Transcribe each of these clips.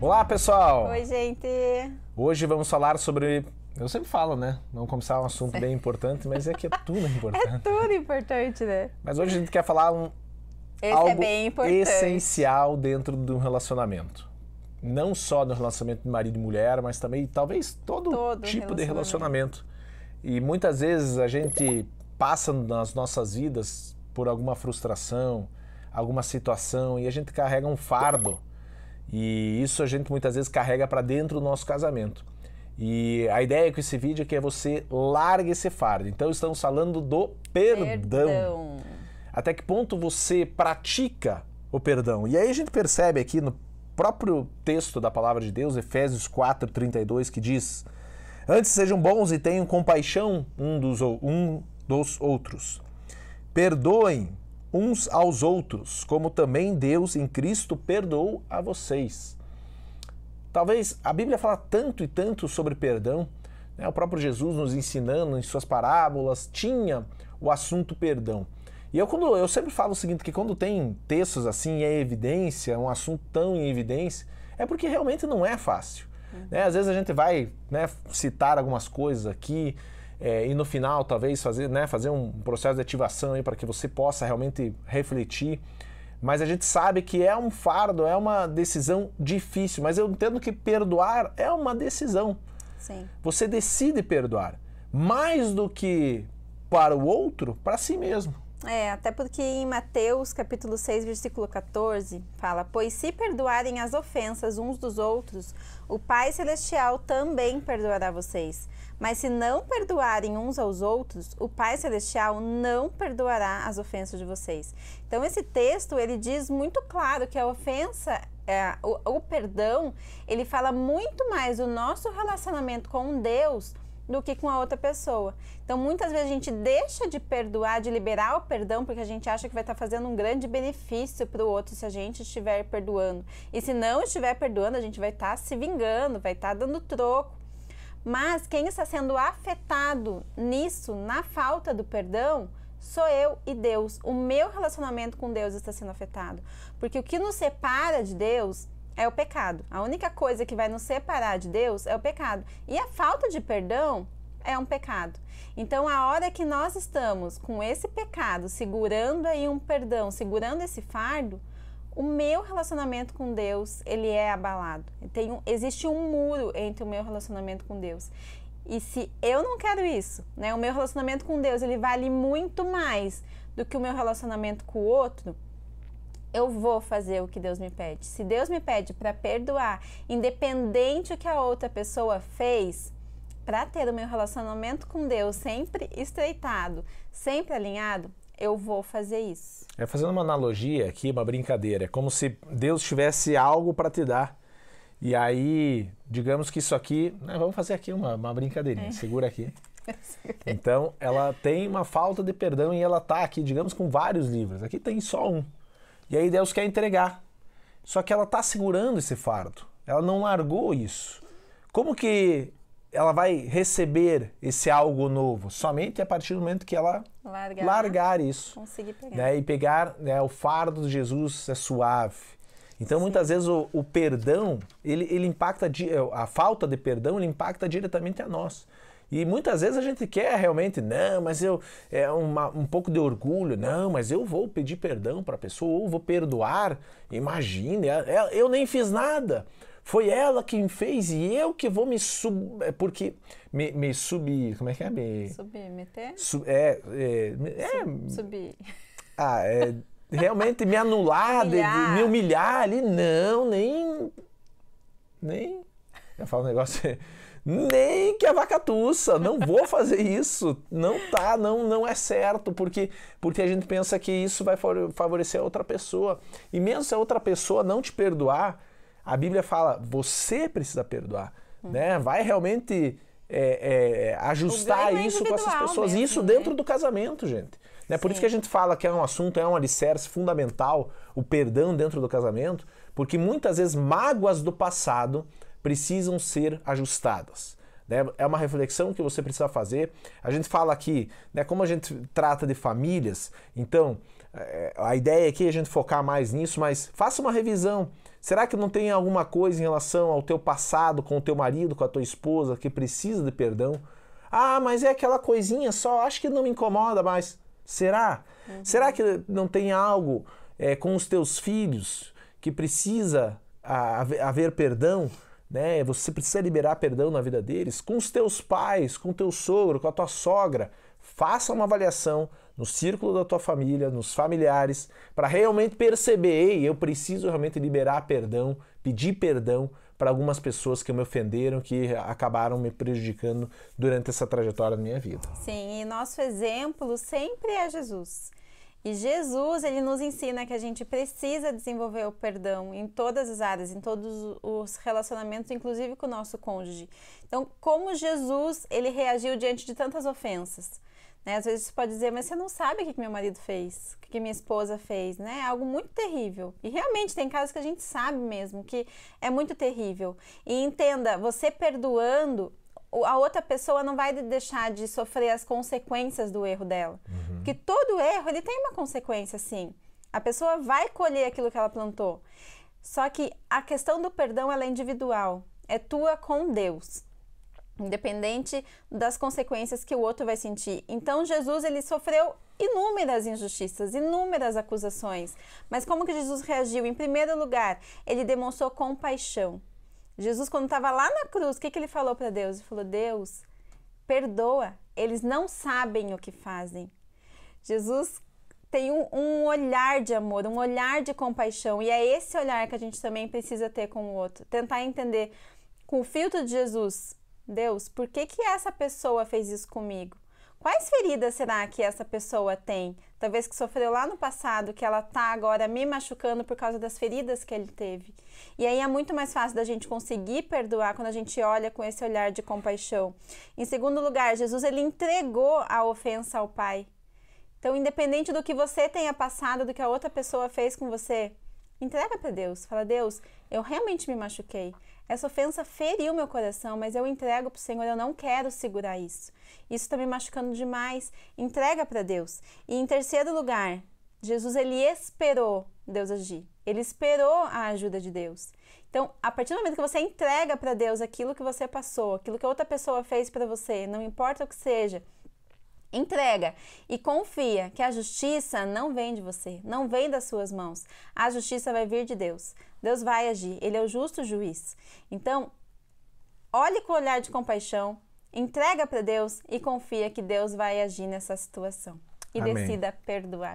Olá, pessoal! Oi, gente! Hoje vamos falar sobre... Eu sempre falo, né? Vamos começar um assunto bem importante, mas é que é tudo importante. É tudo importante, né? Mas hoje a gente quer falar algo é bem importante. essencial dentro do relacionamento. Não só no relacionamento de marido e mulher, mas também talvez todo tipo de relacionamento. E muitas vezes a gente passa nas nossas vidas por alguma frustração, alguma situação, e a gente carrega um fardo. E isso a gente muitas vezes carrega para dentro do nosso casamento. E a ideia com esse vídeo é que você largue esse fardo. Então estamos falando do perdão. Até que ponto você pratica o perdão? E aí a gente percebe aqui no próprio texto da palavra de Deus, Efésios 4:32, que diz: antes sejam bons e tenham compaixão um dos outros. Perdoem uns aos outros, como também Deus em Cristo perdoou a vocês. Talvez a Bíblia fala tanto e tanto sobre perdão, né? O próprio Jesus nos ensinando em suas parábolas tinha o assunto perdão. E eu sempre falo o seguinte, que quando tem textos assim em evidência, um assunto tão em evidência, é porque realmente não é fácil. Né? Às vezes a gente vai, né, citar algumas coisas aqui, e no final talvez fazer um processo de ativação aí para que você possa realmente refletir. Mas a gente sabe que é um fardo, é uma decisão difícil. Mas eu entendo que perdoar é uma decisão. Sim. Você decide perdoar. Mais do que para o outro, para si mesmo. Até porque em Mateus capítulo 6, versículo 14, fala: pois se perdoarem as ofensas uns dos outros, o Pai Celestial também perdoará vocês. Mas se não perdoarem uns aos outros, o Pai Celestial não perdoará as ofensas de vocês. Então esse texto, ele diz muito claro que a ofensa, o perdão, ele fala muito mais do nosso relacionamento com Deus do que com a outra pessoa. Então muitas vezes a gente deixa de perdoar, de liberar o perdão, porque a gente acha que vai estar fazendo um grande benefício para o outro se a gente estiver perdoando. E se não estiver perdoando, a gente vai estar se vingando, vai estar dando troco. Mas quem está sendo afetado nisso, na falta do perdão, sou eu e Deus. O meu relacionamento com Deus está sendo afetado. Porque o que nos separa de Deus é o pecado. A única coisa que vai nos separar de Deus é o pecado. E a falta de perdão é um pecado. Então, a hora que nós estamos com esse pecado, segurando aí um perdão, segurando esse fardo, o meu relacionamento com Deus, ele é abalado. Existe um muro entre o meu relacionamento com Deus. E se eu não quero isso, né? O meu relacionamento com Deus, ele vale muito mais do que o meu relacionamento com o outro, eu vou fazer o que Deus me pede. Se Deus me pede para perdoar, independente do que a outra pessoa fez, para ter o meu relacionamento com Deus sempre estreitado, sempre alinhado, eu vou fazer isso. Fazendo uma analogia aqui, uma brincadeira, é como se Deus tivesse algo para te dar. E aí, digamos que isso aqui, né, vamos fazer aqui uma brincadeirinha, segura aqui. Então, ela tem uma falta de perdão e ela tá aqui, digamos, com vários livros. Aqui tem só um. E aí Deus quer entregar. Só que ela tá segurando esse fardo. Ela não largou isso. Como que ela vai receber esse algo novo? Somente a partir do momento que ela largar isso. Conseguir pegar. Né? E pegar, né, o fardo de Jesus é suave. Então, muitas vezes o perdão, ele impacta, a falta de perdão, ele impacta diretamente a nós. E muitas vezes a gente quer realmente, não, mas um pouco de orgulho, não, mas eu vou pedir perdão para a pessoa, ou vou perdoar, imagine, eu nem fiz nada. Foi ela quem fez e eu que vou como é que é? Submeter? Subir. Realmente me anular, me humilhar ali, não, nem, eu falo um negócio, nem que a vaca tussa, não vou fazer isso, não é certo, porque a gente pensa que isso vai favorecer a outra pessoa, e mesmo se a outra pessoa não te perdoar, a Bíblia fala, você precisa perdoar, né? Vai realmente ajustar isso com essas pessoas, mesmo, isso dentro do casamento, gente. Né? Por isso que a gente fala que é um assunto, é um alicerce fundamental, o perdão dentro do casamento, porque muitas vezes mágoas do passado precisam ser ajustadas. Né? É uma reflexão que você precisa fazer. A gente fala aqui, né, como a gente trata de famílias, então a ideia aqui é a gente focar mais nisso, mas faça uma revisão. Será que não tem alguma coisa em relação ao teu passado com o teu marido, com a tua esposa, que precisa de perdão? Ah, mas é aquela coisinha só, acho que não me incomoda mais. Será? Será que não tem algo com os teus filhos que precisa haver perdão? Né? Você precisa liberar perdão na vida deles? Com os teus pais, com o teu sogro, com a tua sogra. Faça uma avaliação no círculo da tua família, nos familiares, para realmente perceber, ei, eu preciso realmente liberar perdão, pedir perdão para algumas pessoas que me ofenderam, que acabaram me prejudicando durante essa trajetória da minha vida. Sim, e nosso exemplo sempre é Jesus. E Jesus, ele nos ensina que a gente precisa desenvolver o perdão em todas as áreas, em todos os relacionamentos, inclusive com o nosso cônjuge. Então, como Jesus, ele reagiu diante de tantas ofensas? Né? Às vezes você pode dizer, mas você não sabe o que meu marido fez, o que minha esposa fez, né? É algo muito terrível. E realmente tem casos que a gente sabe mesmo que é muito terrível. E entenda, você perdoando, a outra pessoa não vai deixar de sofrer as consequências do erro dela. Porque todo erro, ele tem uma consequência, sim. A pessoa vai colher aquilo que ela plantou. Só que a questão do perdão, ela é individual. É tua com Deus. Independente das consequências que o outro vai sentir. Então, Jesus, ele sofreu inúmeras injustiças, inúmeras acusações. Mas como que Jesus reagiu? Em primeiro lugar, ele demonstrou compaixão. Jesus, quando estava lá na cruz, o que ele falou para Deus? Ele falou, Deus, perdoa, eles não sabem o que fazem. Jesus tem um olhar de amor, um olhar de compaixão, e é esse olhar que a gente também precisa ter com o outro. Tentar entender, com o filtro de Jesus, Deus, por que essa pessoa fez isso comigo? Quais feridas será que essa pessoa tem? Talvez que sofreu lá no passado, que ela está agora me machucando por causa das feridas que ele teve. E aí é muito mais fácil da gente conseguir perdoar quando a gente olha com esse olhar de compaixão. Em segundo lugar, Jesus, ele entregou a ofensa ao Pai. Então, independente do que você tenha passado, do que a outra pessoa fez com você, entrega para Deus. Fala, Deus, eu realmente me machuquei. Essa ofensa feriu meu coração, mas eu entrego para o Senhor, eu não quero segurar isso. Isso está me machucando demais. Entrega para Deus. E em terceiro lugar, Jesus, ele esperou Deus agir. Ele esperou a ajuda de Deus. Então, a partir do momento que você entrega para Deus aquilo que você passou, aquilo que outra pessoa fez para você, não importa o que seja, entrega e confia que a justiça não vem de você, não vem das suas mãos. A justiça vai vir de Deus. Deus vai agir, ele é o justo juiz. Então, olhe com o olhar de compaixão, entrega para Deus e confia que Deus vai agir nessa situação. E Amém. Decida perdoar.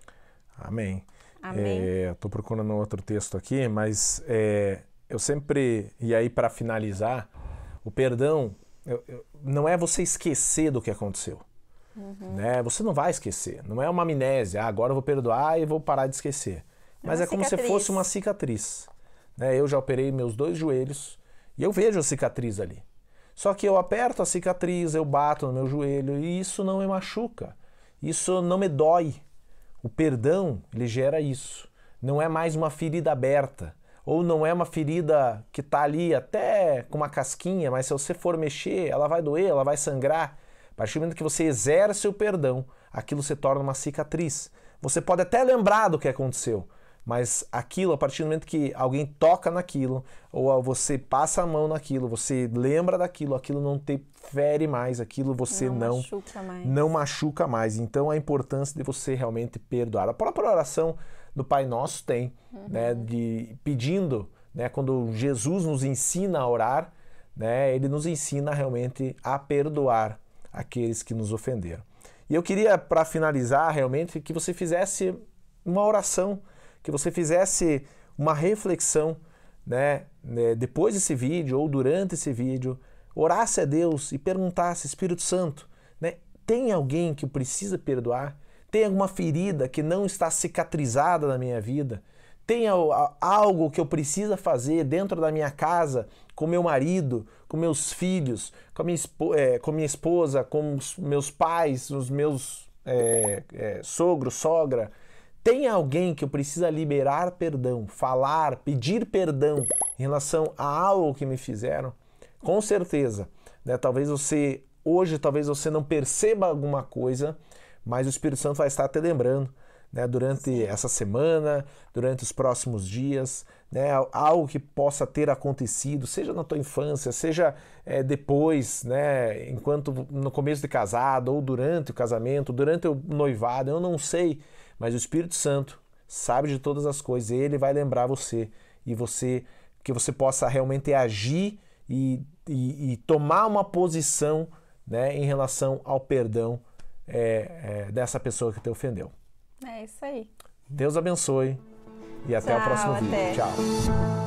Amém. Amém. Estou procurando outro texto aqui, mas eu sempre, e aí para finalizar, o perdão não é você esquecer do que aconteceu. Né? Você não vai esquecer, não é uma amnésia, agora eu vou perdoar e vou parar de esquecer. Mas é como se fosse uma cicatriz. Né? Eu já operei meus 2 joelhos e eu vejo a cicatriz ali. Só que eu aperto a cicatriz, eu bato no meu joelho e isso não me machuca, isso não me dói. O perdão, ele gera isso. Não é mais uma ferida aberta, ou não é uma ferida que está ali até com uma casquinha, mas se você for mexer, ela vai doer, ela vai sangrar. A partir do momento que você exerce o perdão, aquilo se torna uma cicatriz. Você pode até lembrar do que aconteceu, mas aquilo, a partir do momento que alguém toca naquilo, ou você passa a mão naquilo, você lembra daquilo, aquilo não te fere mais, aquilo você não machuca mais. Então a importância de você realmente perdoar. A própria oração do Pai Nosso tem, né, pedindo, né, quando Jesus nos ensina a orar, né, ele nos ensina realmente a perdoar aqueles que nos ofenderam. E eu queria, para finalizar, realmente, que você fizesse uma oração, que você fizesse uma reflexão, né, depois desse vídeo ou durante esse vídeo, orasse a Deus e perguntasse, Espírito Santo, né, tem alguém que eu precisa perdoar? Tem alguma ferida que não está cicatrizada na minha vida? Tem algo que eu preciso fazer dentro da minha casa, com meu marido, com meus filhos, com minha esposa, com os meus pais, os meus sogro, sogra? Tem alguém que eu preciso liberar perdão, falar, pedir perdão em relação a algo que me fizeram? Com certeza, né? Talvez você não perceba alguma coisa, mas o Espírito Santo vai estar te lembrando, né, durante essa semana, durante os próximos dias, né, algo que possa ter acontecido, seja na tua infância, seja depois, né, enquanto no começo de casado, ou durante o casamento, durante o noivado, eu não sei, mas o Espírito Santo sabe de todas as coisas, e Ele vai lembrar você, e que você possa realmente agir e tomar uma posição, né, em relação ao perdão dessa pessoa que te ofendeu. É isso aí. Deus abençoe e até o próximo vídeo. Tchau.